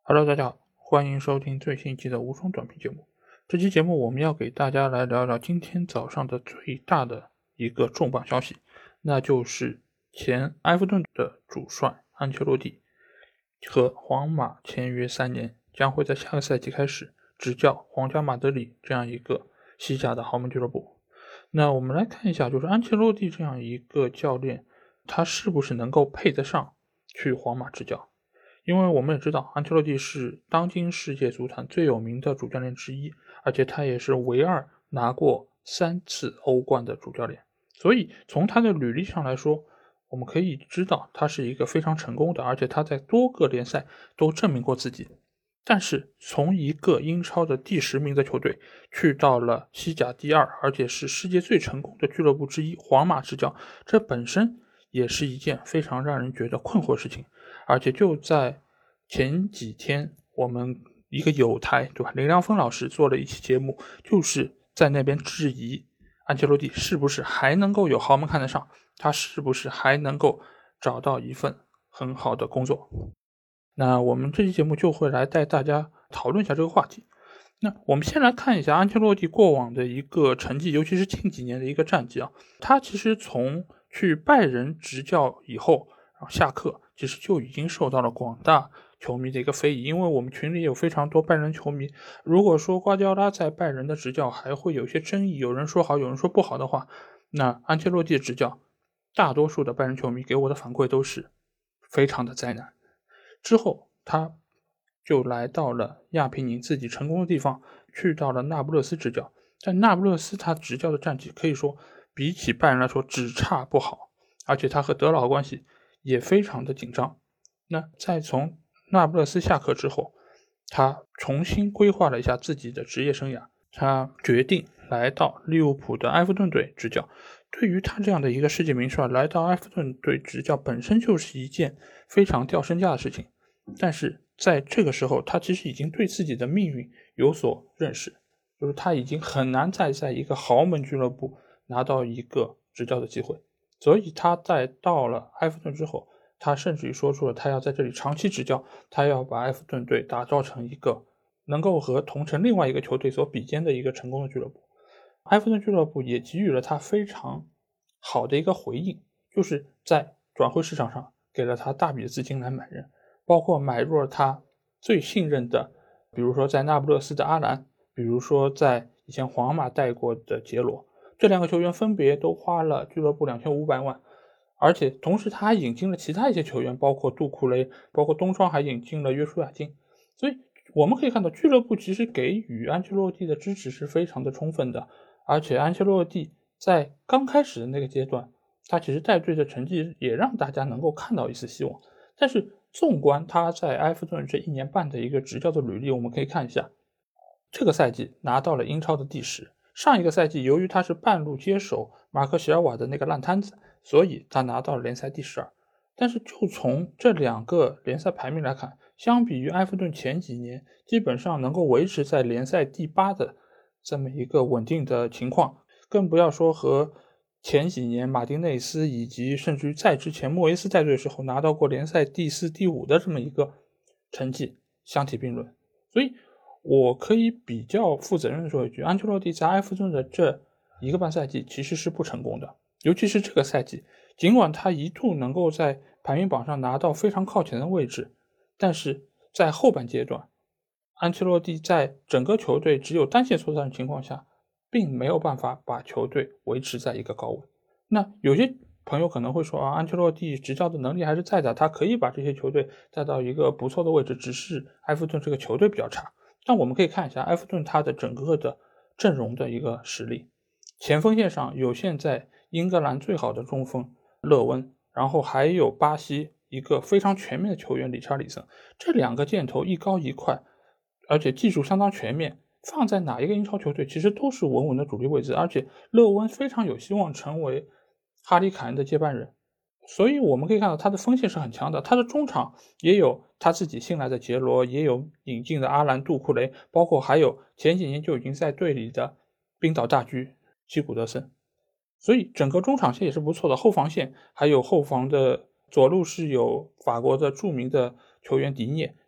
Hello，大家好，欢迎收听最新一期的无双短评节目。这期节目我们要给大家来聊聊今天早上的最大的一个重磅消息，那就是前埃弗顿的主帅安切洛蒂和皇马签约3年，将会在下个赛季开始执教皇家马德里这样一个西甲的豪门俱乐部。那我们来看一下，就是安切洛蒂这样一个教练，他是不是能够配得上去皇马执教？因为我们也知道，安切洛蒂是当今世界足坛最有名的主教练之一，而且他也是唯二拿过3次欧冠的主教练。所以从他的履历上来说，我们可以知道他是一个非常成功的，而且他在多个联赛都证明过自己。但是从一个英超的第10名的球队去到了西甲第2，而且是世界最成功的俱乐部之一皇马执教，这本身也是一件非常让人觉得困惑的事情。而且就在前几天，我们一个友台，对吧？林良锋老师做了一期节目，就是在那边质疑安切洛蒂是不是还能够有豪门看得上，他是不是还能够找到一份很好的工作。那我们这期节目就会来带大家讨论一下这个话题。那我们先来看一下安切洛蒂过往的一个成绩，尤其是近几年的一个战绩啊。他其实从去拜仁执教以后，然后下课，其实就已经受到了广大球迷的一个非议。因为我们群里有非常多拜仁球迷，如果说瓜迪奥拉在拜仁的执教还会有一些争议，有人说好，有人说不好的话，那安切洛蒂的执教，大多数的拜仁球迷给我的反馈都是非常的灾难。之后他就来到了亚平宁自己成功的地方，去到了那不勒斯执教。在那不勒斯他执教的战绩可以说比起拜仁来说只差不好，而且他和德老关系也非常的紧张。那在从那不勒斯下课之后，他重新规划了一下自己的职业生涯，他决定来到利物浦的埃弗顿队执教。对于他这样的一个世界名帅来到埃弗顿队执教本身就是一件非常掉身价的事情，但是在这个时候他其实已经对自己的命运有所认识，就是他已经很难再在一个豪门俱乐部拿到一个执教的机会。所以他在到了埃弗顿之后，他甚至于说出了他要在这里长期执教，他要把埃弗顿队打造成一个能够和同城另外一个球队所比肩的一个成功的俱乐部。埃弗顿俱乐部也给予了他非常好的一个回应，就是在转会市场上给了他大笔的资金来买人，包括买入了他最信任的，比如说在那不勒斯的阿兰，比如说在以前皇马带过的杰罗，这2个球员分别都花了俱乐部2500万，而且同时他还引进了其他一些球员，包括杜库雷，包括冬窗还引进了约书亚金。所以我们可以看到俱乐部其实给予安切洛蒂的支持是非常的充分的，而且安切洛蒂在刚开始的那个阶段，他其实带队的成绩也让大家能够看到一丝希望。但是纵观他在埃弗顿这1年半的一个执教的履历，我们可以看一下，这个赛季拿到了英超的第10，上一个赛季由于他是半路接手马克席尔瓦的那个烂摊子，所以他拿到了联赛第12。但是就从这2个联赛排名来看，相比于埃弗顿前几年基本上能够维持在联赛第8的这么一个稳定的情况，更不要说和前几年马丁内斯以及甚至于在之前莫耶斯带队的时候拿到过联赛第4、第5的这么一个成绩相提并论。所以我可以比较负责任的说一句，安切洛蒂在埃弗顿的这1个半赛季其实是不成功的，尤其是这个赛季，尽管他一度能够在排名榜上拿到非常靠前的位置，但是在后半阶段，安切洛蒂在整个球队只有单线作战的情况下，并没有办法把球队维持在一个高位。那有些朋友可能会说啊，安切洛蒂执教的能力还是在的，他可以把这些球队带到一个不错的位置，只是埃弗顿这个球队比较差。但我们可以看一下埃弗顿他的整个的阵容的一个实力，前锋线上有现在英格兰最好的中锋勒温，然后还有巴西一个非常全面的球员理查里森，这2个箭头一高一快，而且技术相当全面，放在哪一个英超球队其实都是稳稳的主力位置，而且勒温非常有希望成为哈里凯恩的接班人。所以我们可以看到他的锋线是很强的，他的中场也有他自己信赖的杰罗，也有引进的阿兰、杜库雷，包括还有前几年就已经在队里的冰岛大狙基古德森。所以整个中场线也是不错的，后防线还有后防的左路是有法国的著名的球员迪涅，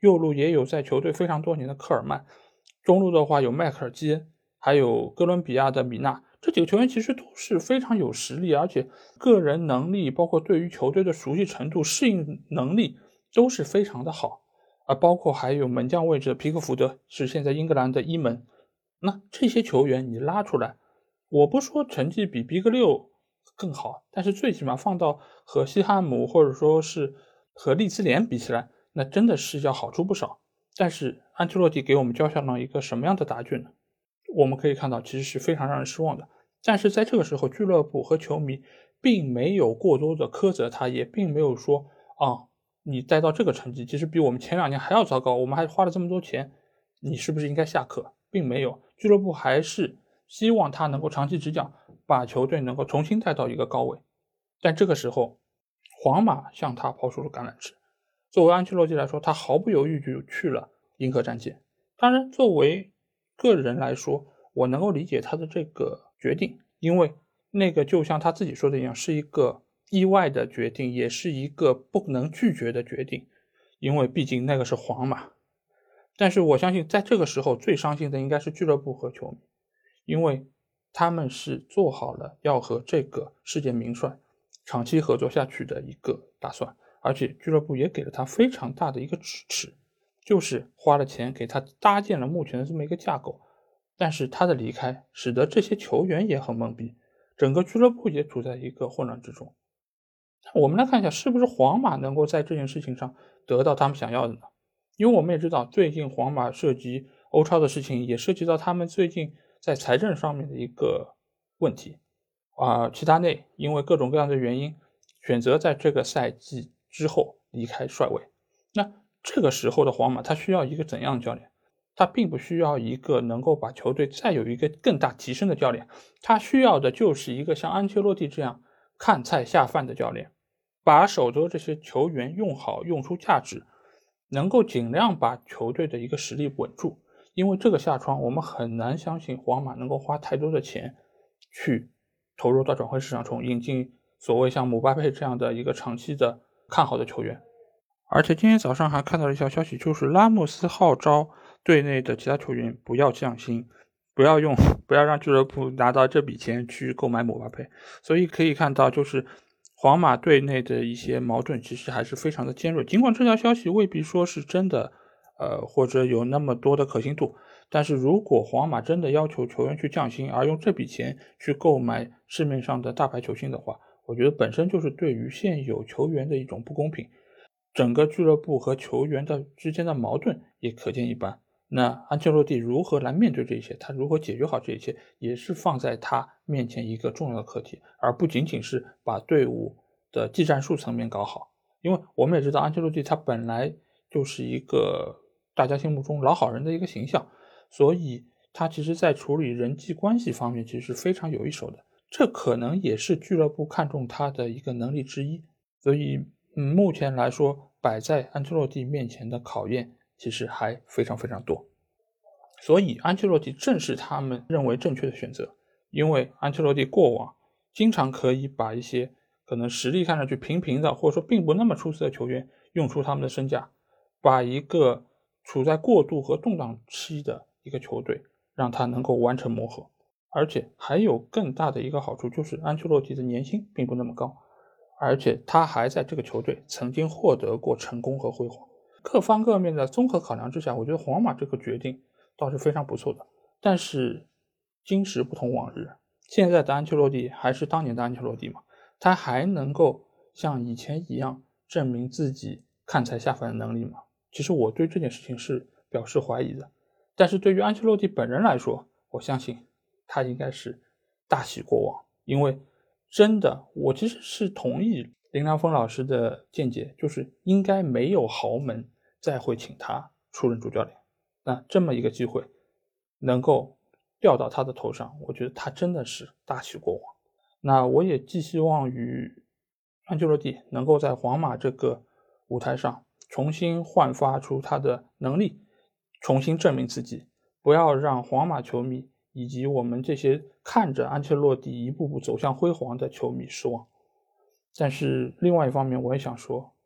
右路也有在球队非常多年的科尔曼，中路的话有迈克尔基恩，还有哥伦比亚的米纳，这几个球员其实都是非常有实力，而且个人能力包括对于球队的熟悉程度、适应能力都是非常的好。包括还有门将位置的皮克福德是现在英格兰的一门，那这些球员你拉出来，我不说成绩比 Big 6更好，但是最起码放到和西汉姆或者说是和利兹联比起来，那真的是要好出不少。但是安切洛蒂给我们交下了一个什么样的答卷呢？我们可以看到其实是非常让人失望的。但是在这个时候，俱乐部和球迷并没有过多的苛责他，也并没有说你待到这个成绩其实比我们前2年还要糟糕，我们还花了这么多钱，你是不是应该下课？并没有，俱乐部还是希望他能够长期执教，把球队能够重新带到一个高位。但这个时候皇马向他抛出了橄榄枝，作为安切洛蒂来说，他毫不犹豫就去了银河战舰。当然作为个人来说，我能够理解他的这个决定，因为那个就像他自己说的一样，是一个意外的决定，也是一个不能拒绝的决定，因为毕竟那个是皇马。但是我相信在这个时候最伤心的应该是俱乐部和球迷，因为他们是做好了要和这个世界名帅长期合作下去的一个打算，而且俱乐部也给了他非常大的一个支持，就是花了钱给他搭建了目前的这么一个架构。但是他的离开使得这些球员也很懵逼，整个俱乐部也处在一个混乱之中。我们来看一下是不是皇马能够在这件事情上得到他们想要的呢？因为我们也知道最近皇马涉及欧超的事情，也涉及到他们最近在财政上面的一个问题齐达内因为各种各样的原因选择在这个赛季之后离开帅位。那这个时候的皇马他需要一个怎样的教练？他并不需要一个能够把球队再有一个更大提升的教练，他需要的就是一个像安切洛蒂这样看菜下饭的教练，把手头这些球员用好用出价值，能够尽量把球队的一个实力稳住。因为这个夏窗我们很难相信皇马能够花太多的钱去投入到转会市场中，引进所谓像姆巴佩这样的一个长期的看好的球员。而且今天早上还看到了一条消息，就是拉莫斯号召队内的其他球员不要降薪，不要让俱乐部拿到这笔钱去购买姆巴佩。所以可以看到，就是皇马队内的一些矛盾其实还是非常的尖锐。尽管这条消息未必说是真的，或者有那么多的可信度，但是如果皇马真的要求球员去降薪，而用这笔钱去购买市面上的大牌球星的话，我觉得本身就是对于现有球员的一种不公平。整个俱乐部和球员之间的矛盾也可见一斑。那安切洛蒂如何来面对这一切，他如何解决好这一切，也是放在他面前一个重要的课题，而不仅仅是把队伍的技战术层面搞好。因为我们也知道安切洛蒂他本来就是一个大家心目中老好人的一个形象，所以他其实在处理人际关系方面其实是非常有一手的，这可能也是俱乐部看重他的一个能力之一。所以目前来说摆在安切洛蒂面前的考验其实还非常非常多，所以安切洛蒂正是他们认为正确的选择。因为安切洛蒂过往经常可以把一些可能实力看上去平平的，或者说并不那么出色的球员用出他们的身价，把一个处在过渡和动荡期的一个球队让他能够完成磨合。而且还有更大的一个好处，就是安切洛蒂的年薪并不那么高，而且他还在这个球队曾经获得过成功和辉煌。各方各面的综合考量之下，我觉得皇马这个决定倒是非常不错的。但是今时不同往日，现在的安切洛蒂还是当年的安切洛蒂吗？他还能够像以前一样证明自己看菜下饭的能力吗？其实我对这件事情是表示怀疑的。但是对于安切洛蒂本人来说，我相信他应该是大喜过望。因为真的我其实是同意林良锋老师的见解，就是应该没有豪门再会请他出任主教练。那这么一个机会能够掉到他的头上，我觉得他真的是大喜过望。那我也寄希望于安切洛蒂能够在皇马这个舞台上重新焕发出他的能力，重新证明自己，不要让皇马球迷以及我们这些看着安切洛蒂一步步走向辉煌的球迷失望。但是另外一方面我也想说，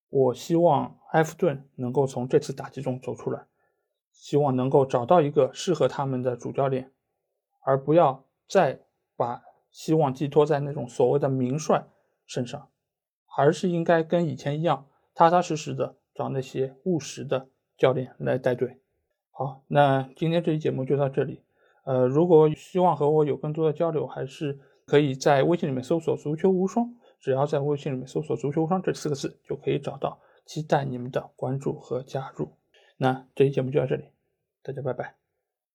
我希望埃弗顿能够从这次打击中走出来，希望能够找到一个适合他们的主教练，而不要再把希望寄托在那种所谓的名帅身上，而是应该跟以前一样，踏踏实实的找那些务实的教练来带队。好，那今天这期节目就到这里。如果希望和我有更多的交流，还是可以在微信里面搜索足球无双，只要在微信里面搜索足球无双这4个字就可以找到，期待你们的关注和加入。那这期节目就到这里，大家拜拜。